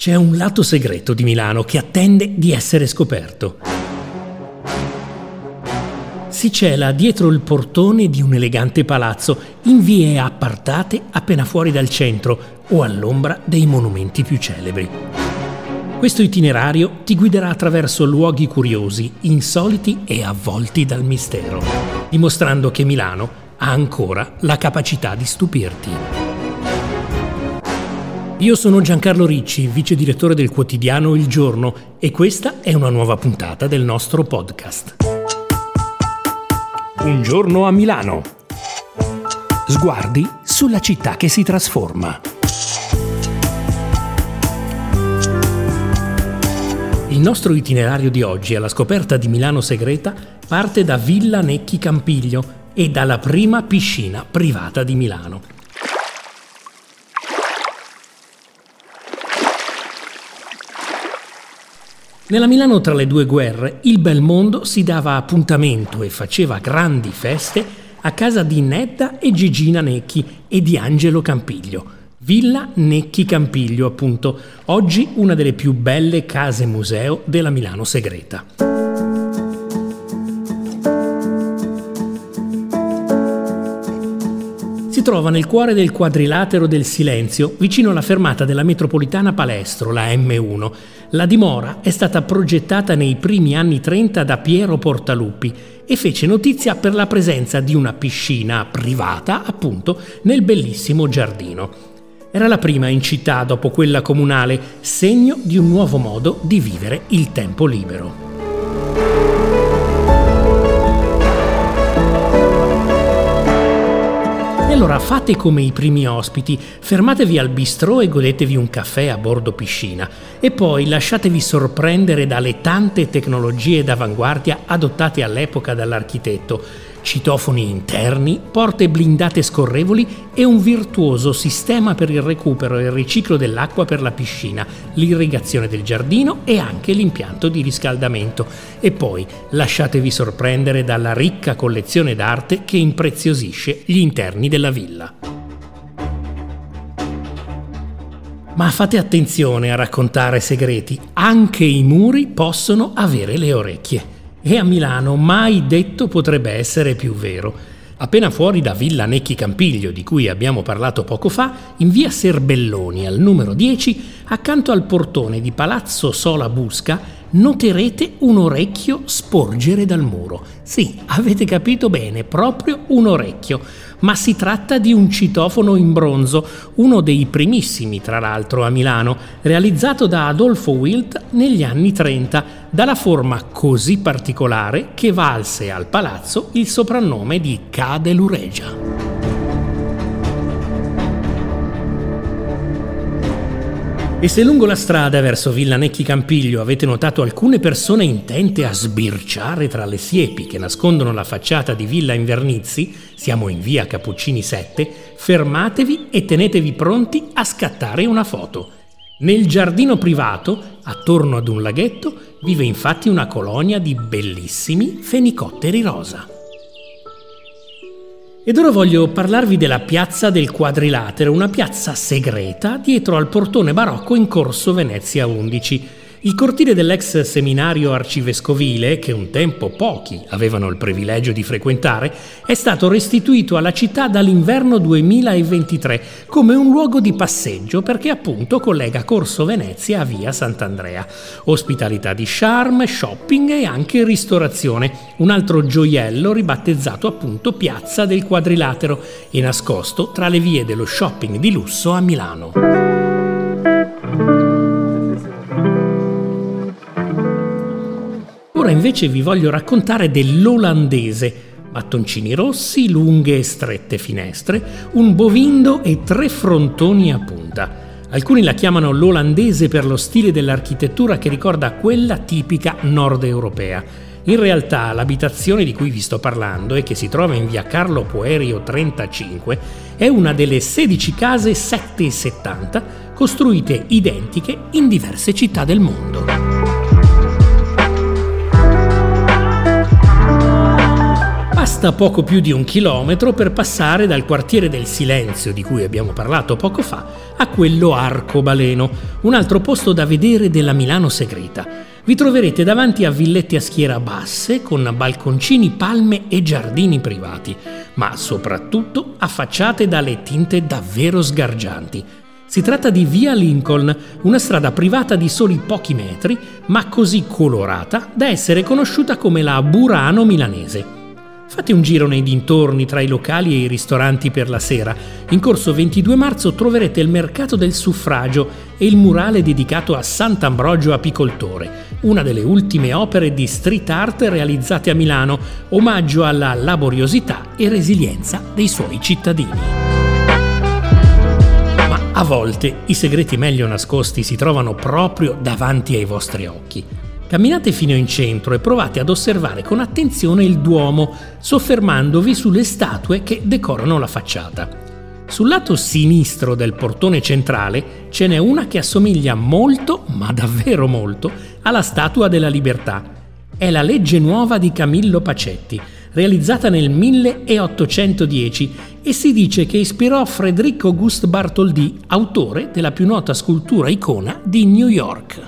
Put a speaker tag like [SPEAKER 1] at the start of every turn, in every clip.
[SPEAKER 1] C'è un lato segreto di Milano che attende di essere scoperto. Si cela dietro il portone di un elegante palazzo, in vie appartate appena fuori dal centro o all'ombra dei monumenti più celebri. Questo itinerario ti guiderà attraverso luoghi curiosi, insoliti e avvolti dal mistero, dimostrando che Milano ha ancora la capacità di stupirti. Io sono Giancarlo Ricci, vice direttore del quotidiano Il Giorno, e questa è una nuova puntata del nostro podcast. Un giorno a Milano. Sguardi sulla città che si trasforma. Il nostro itinerario di oggi alla scoperta di Milano segreta parte da Villa Necchi Campiglio e dalla prima piscina privata di Milano. Nella Milano tra le due guerre, il bel mondo si dava appuntamento e faceva grandi feste a casa di Nedda e Gigina Necchi e di Angelo Campiglio. Villa Necchi Campiglio, appunto, oggi una delle più belle case museo della Milano segreta. Si trova nel cuore del quadrilatero del Silenzio, vicino alla fermata della metropolitana Palestro, la M1. La dimora è stata progettata nei primi anni 30 da Piero Portaluppi e fece notizia per la presenza di una piscina privata, appunto, nel bellissimo giardino. Era la prima in città dopo quella comunale, segno di un nuovo modo di vivere il tempo libero. E allora fate come i primi ospiti, fermatevi al bistrò e godetevi un caffè a bordo piscina e poi lasciatevi sorprendere dalle tante tecnologie d'avanguardia adottate all'epoca dall'architetto. Citofoni interni, porte blindate scorrevoli e un virtuoso sistema per il recupero e il riciclo dell'acqua per la piscina, l'irrigazione del giardino e anche l'impianto di riscaldamento. E poi lasciatevi sorprendere dalla ricca collezione d'arte che impreziosisce gli interni della villa. Ma fate attenzione a raccontare segreti, anche i muri possono avere le orecchie. E a Milano mai detto potrebbe essere più vero. Appena fuori da Villa Necchi Campiglio, di cui abbiamo parlato poco fa, in via Serbelloni al numero 10, accanto al portone di Palazzo Sola Busca, noterete un orecchio sporgere dal muro. Sì, avete capito bene, proprio un orecchio. Ma si tratta di un citofono in bronzo, uno dei primissimi tra l'altro a Milano, realizzato da Adolfo Wild negli anni 30, dalla forma così particolare che valse al palazzo il soprannome di Ca' de l'Uregia. E se lungo la strada verso Villa Necchi Campiglio avete notato alcune persone intente a sbirciare tra le siepi che nascondono la facciata di Villa Invernizzi, siamo in via Cappuccini 7, fermatevi e tenetevi pronti a scattare una foto. Nel giardino privato, attorno ad un laghetto, vive infatti una colonia di bellissimi fenicotteri rosa. Ed ora voglio parlarvi della piazza del Quadrilatero, una piazza segreta dietro al portone barocco in Corso Venezia 11. Il cortile dell'ex seminario arcivescovile, che un tempo pochi avevano il privilegio di frequentare, è stato restituito alla città dall'inverno 2023 come un luogo di passeggio perché appunto collega Corso Venezia a via Sant'Andrea. Ospitalità di charme, shopping e anche ristorazione, un altro gioiello ribattezzato appunto Piazza del Quadrilatero e nascosto tra le vie dello shopping di lusso a Milano. Ora invece vi voglio raccontare dell'Olandese. Mattoncini rossi, lunghe e strette finestre, un bovindo e 3 frontoni a punta. Alcuni la chiamano l'Olandese per lo stile dell'architettura che ricorda quella tipica nord europea. In realtà l'abitazione di cui vi sto parlando e che si trova in via Carlo Puerio 35 è una delle 16 case 7 e 70 costruite identiche in diverse città del mondo. Basta poco più di 1 chilometro per passare dal quartiere del Silenzio, di cui abbiamo parlato poco fa, a quello Arcobaleno, un altro posto da vedere della Milano segreta. Vi troverete davanti a villette a schiera basse, con balconcini, palme e giardini privati, ma soprattutto affacciate dalle tinte davvero sgargianti. Si tratta di Via Lincoln, una strada privata di soli pochi metri, ma così colorata da essere conosciuta come la Burano milanese. Fate un giro nei dintorni tra i locali e i ristoranti per la sera. In corso 22 marzo troverete il mercato del suffragio e il murale dedicato a Sant'Ambrogio Apicoltore, una delle ultime opere di street art realizzate a Milano, omaggio alla laboriosità e resilienza dei suoi cittadini. A volte i segreti meglio nascosti si trovano proprio davanti ai vostri occhi. Camminate fino in centro e provate ad osservare con attenzione il Duomo, soffermandovi sulle statue che decorano la facciata. Sul lato sinistro del portone centrale ce n'è una che assomiglia molto, ma davvero molto, alla Statua della Libertà. È la Legge Nuova di Camillo Pacetti, realizzata nel 1810, e si dice che ispirò Frédéric Auguste Bartholdi, autore della più nota scultura icona di New York.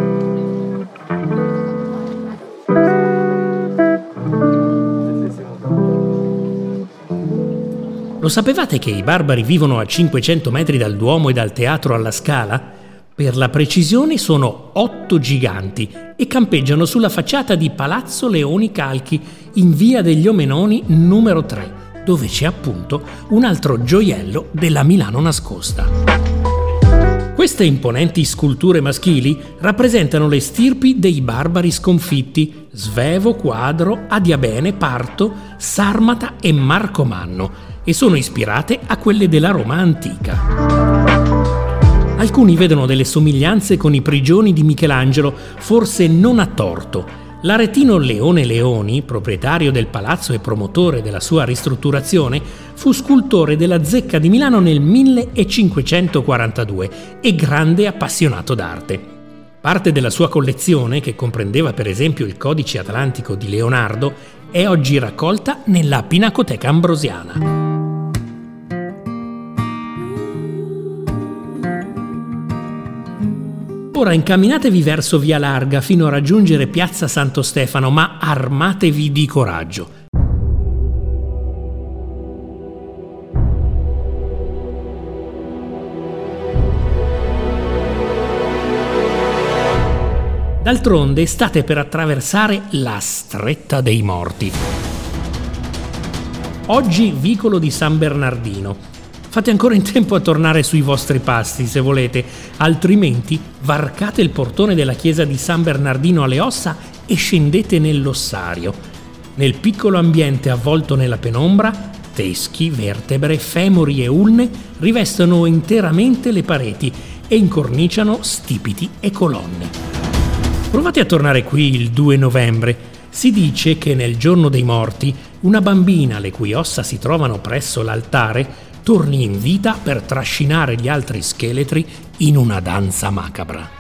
[SPEAKER 1] Lo sapevate che i barbari vivono a 500 metri dal Duomo e dal Teatro alla Scala? Per la precisione sono 8 giganti e campeggiano sulla facciata di Palazzo Leoni Calchi in Via degli Omenoni numero 3, dove c'è appunto un altro gioiello della Milano nascosta. Queste imponenti sculture maschili rappresentano le stirpi dei barbari sconfitti: Svevo, Quadro, Adiabene, Parto, Sarmata e Marcomanno, e sono ispirate a quelle della Roma antica. Alcuni vedono delle somiglianze con i prigioni di Michelangelo, forse non a torto. L'aretino Leone Leoni, proprietario del palazzo e promotore della sua ristrutturazione, fu scultore della Zecca di Milano nel 1542 e grande appassionato d'arte. Parte della sua collezione, che comprendeva per esempio il Codice Atlantico di Leonardo, è oggi raccolta nella Pinacoteca Ambrosiana. Ora incamminatevi verso Via Larga fino a raggiungere Piazza Santo Stefano, ma armatevi di coraggio. D'altronde state per attraversare la Stretta dei Morti. Oggi vicolo di San Bernardino. Fate ancora in tempo a tornare sui vostri passi se volete, altrimenti varcate il portone della chiesa di San Bernardino alle Ossa e scendete nell'ossario. Nel piccolo ambiente avvolto nella penombra, teschi, vertebre, femori e ulne rivestono interamente le pareti e incorniciano stipiti e colonne. Provate a tornare qui il 2 novembre. Si dice che nel giorno dei morti una bambina, le cui ossa si trovano presso l'altare, torni in vita per trascinare gli altri scheletri in una danza macabra.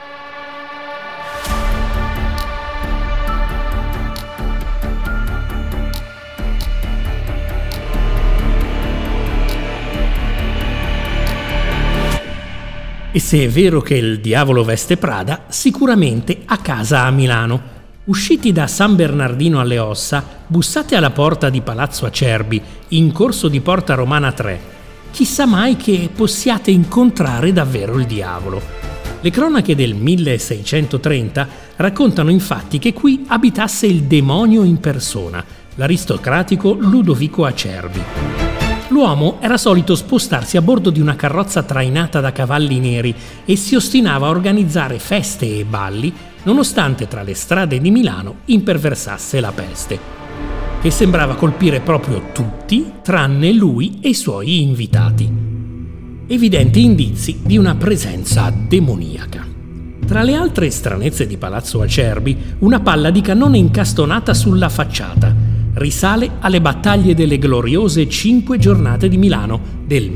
[SPEAKER 1] E se è vero che il diavolo veste Prada, sicuramente a casa a Milano. Usciti da San Bernardino alle Ossa, bussate alla porta di Palazzo Acerbi, in corso di Porta Romana 3. Chissà mai che possiate incontrare davvero il diavolo. Le cronache del 1630 raccontano infatti che qui abitasse il demonio in persona, l'aristocratico Ludovico Acerbi. L'uomo era solito spostarsi a bordo di una carrozza trainata da cavalli neri e si ostinava a organizzare feste e balli, nonostante tra le strade di Milano imperversasse la peste, che sembrava colpire proprio tutti, tranne lui e i suoi invitati. Evidenti indizi di una presenza demoniaca. Tra le altre stranezze di Palazzo Acerbi, una palla di cannone incastonata sulla facciata risale alle battaglie delle gloriose 5 giornate di Milano del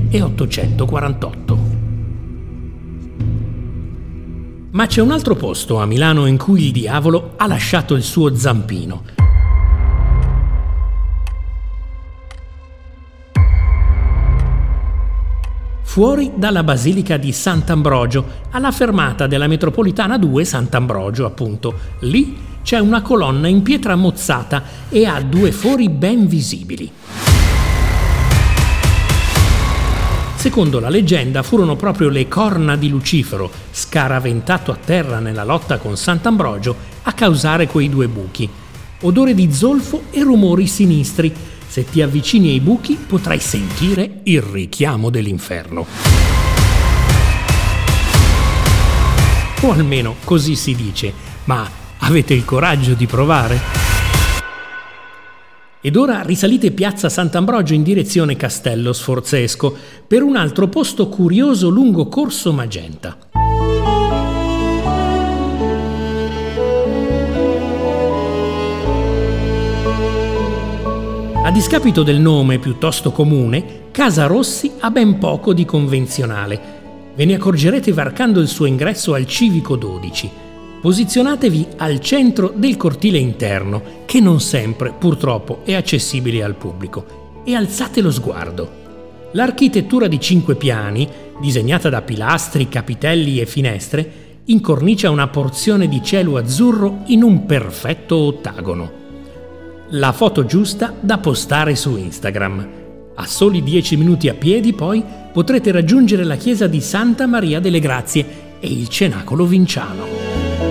[SPEAKER 1] 1848. Ma c'è un altro posto a Milano in cui il diavolo ha lasciato il suo zampino. fuori dalla Basilica di Sant'Ambrogio, alla fermata della metropolitana 2 Sant'Ambrogio, appunto. Lì c'è una colonna in pietra mozzata e ha 2 fori ben visibili. Secondo la leggenda furono proprio le corna di Lucifero, scaraventato a terra nella lotta con Sant'Ambrogio, a causare quei 2 buchi. Odore di zolfo e rumori sinistri. Se ti avvicini ai buchi potrai sentire il richiamo dell'inferno. O almeno così si dice, ma avete il coraggio di provare? Ed ora risalite piazza Sant'Ambrogio in direzione Castello Sforzesco per un altro posto curioso lungo Corso Magenta. A discapito del nome piuttosto comune, Casa Rossi ha ben poco di convenzionale. Ve ne accorgerete varcando il suo ingresso al Civico 12. Posizionatevi al centro del cortile interno, che non sempre, purtroppo, è accessibile al pubblico, e alzate lo sguardo. L'architettura di 5 piani, disegnata da pilastri, capitelli e finestre, incornicia una porzione di cielo azzurro in un perfetto ottagono. La foto giusta da postare su Instagram. A soli 10 minuti a piedi, poi, potrete raggiungere la chiesa di Santa Maria delle Grazie e il Cenacolo Vinciano.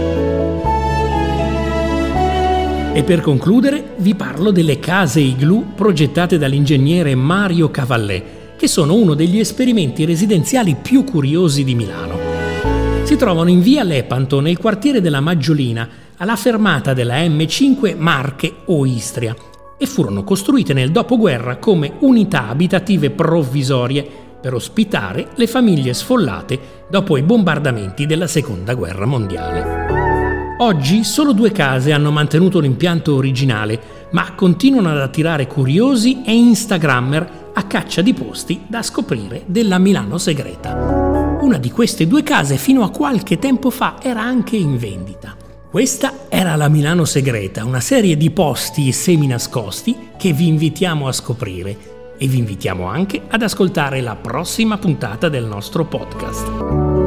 [SPEAKER 1] E per concludere vi parlo delle case igloo progettate dall'ingegnere Mario Cavallè, che sono uno degli esperimenti residenziali più curiosi di Milano. Si trovano in via Lepanto, nel quartiere della Maggiolina, alla fermata della M5 Marche o Istria, e furono costruite nel dopoguerra come unità abitative provvisorie per ospitare le famiglie sfollate dopo i bombardamenti della Seconda Guerra Mondiale. Oggi solo 2 case hanno mantenuto l'impianto originale, ma continuano ad attirare curiosi e instagrammer a caccia di posti da scoprire della Milano segreta. Una di queste 2 case fino a qualche tempo fa era anche in vendita. Questa era la Milano segreta, una serie di posti semi-nascosti che vi invitiamo a scoprire e vi invitiamo anche ad ascoltare la prossima puntata del nostro podcast.